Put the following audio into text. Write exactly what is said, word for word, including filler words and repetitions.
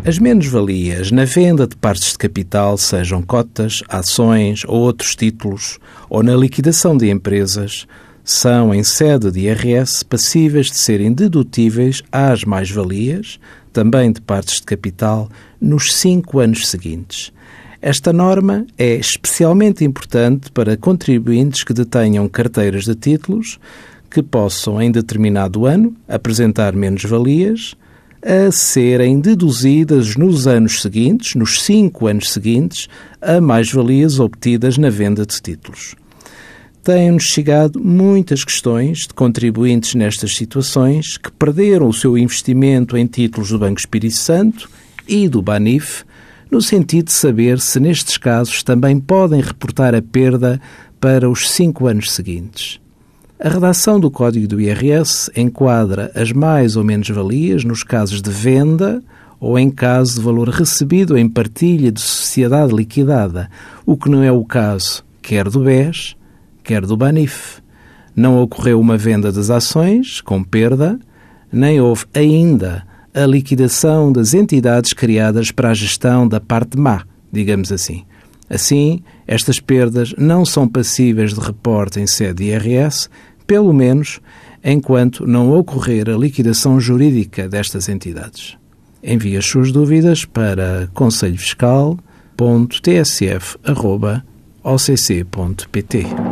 As menos-valias na venda de partes de capital, sejam cotas, ações ou outros títulos, ou na liquidação de empresas, são, em sede de I R S, passíveis de serem dedutíveis às mais-valias, também de partes de capital, nos cinco anos seguintes. Esta norma é especialmente importante para contribuintes que detenham carteiras de títulos que possam, em determinado ano, apresentar menos-valias, a serem deduzidas nos anos seguintes, nos cinco anos seguintes, a mais-valias obtidas na venda de títulos. Têm-nos chegado muitas questões de contribuintes nestas situações que perderam o seu investimento em títulos do Banco Espírito Santo e do Banif, no sentido de saber se nestes casos também podem reportar a perda para os cinco anos seguintes. A redação do Código do I R S enquadra as mais ou menos-valias nos casos de venda ou em caso de valor recebido em partilha de sociedade liquidada, o que não é o caso quer do B E S, quer do Banif. Não ocorreu uma venda das ações com perda, nem houve ainda a liquidação das entidades criadas para a gestão da parte má, digamos assim. Assim, estas perdas não são passíveis de reporte em sede de I R S, pelo menos enquanto não ocorrer a liquidação jurídica destas entidades. Envie as suas dúvidas para conselho fiscal ponto t s f arroba o c c ponto p t.